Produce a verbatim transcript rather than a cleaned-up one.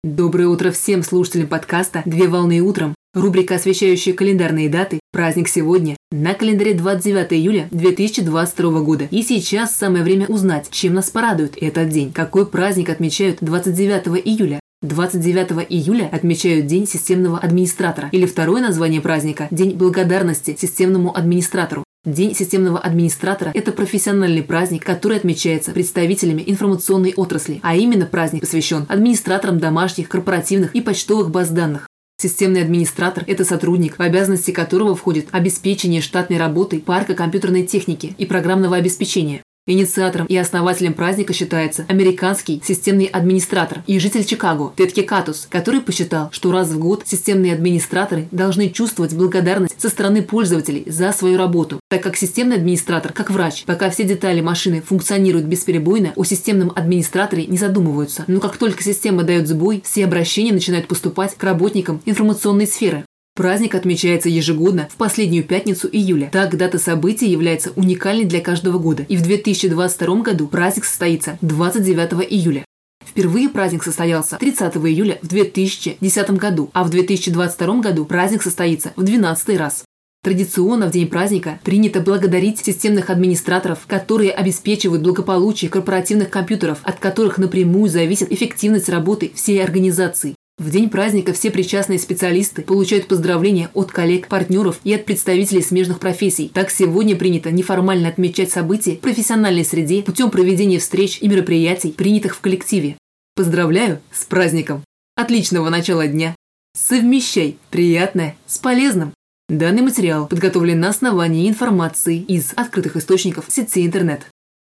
Доброе утро всем слушателям подкаста «Две волны утром». Рубрика, освещающая календарные даты. Праздник сегодня. На календаре двадцать девятое июля две тысячи двадцать второго года. И сейчас самое время узнать, чем нас порадует этот день. Какой праздник отмечают двадцать девятого июля? двадцать девятого июля отмечают День системного администратора. Или второе название праздника – День благодарности системному администратору. День системного администратора – это профессиональный праздник, который отмечается представителями информационной отрасли, а именно праздник посвящен администраторам домашних, корпоративных и почтовых баз данных. Системный администратор – это сотрудник, в обязанности которого входит обеспечение штатной работы парка компьютерной техники и программного обеспечения. Инициатором и основателем праздника считается американский системный администратор и житель Чикаго Тед Кекатус, который посчитал, что раз в год системные администраторы должны чувствовать благодарность со стороны пользователей за свою работу, так как системный администратор, как врач, пока все детали машины функционируют бесперебойно, о системном администраторе не задумываются. Но как только система дает сбой, все обращения начинают поступать к работникам информационной сферы. Праздник отмечается ежегодно в последнюю пятницу июля. Так, дата события является уникальной для каждого года. И в две тысячи двадцать втором году праздник состоится двадцать девятого июля. Впервые праздник состоялся тридцатого июля в две тысячи десятом году, а в две тысячи двадцать втором году праздник состоится в двенадцатый раз. Традиционно в день праздника принято благодарить системных администраторов, которые обеспечивают благополучие корпоративных компьютеров, от которых напрямую зависит эффективность работы всей организации. В день праздника все причастные специалисты получают поздравления от коллег, партнеров и от представителей смежных профессий. Так сегодня принято неформально отмечать события в профессиональной среде путем проведения встреч и мероприятий, принятых в коллективе. Поздравляю с праздником! Отличного начала дня! Совмещай приятное с полезным! Данный материал подготовлен на основании информации из открытых источников сети интернет.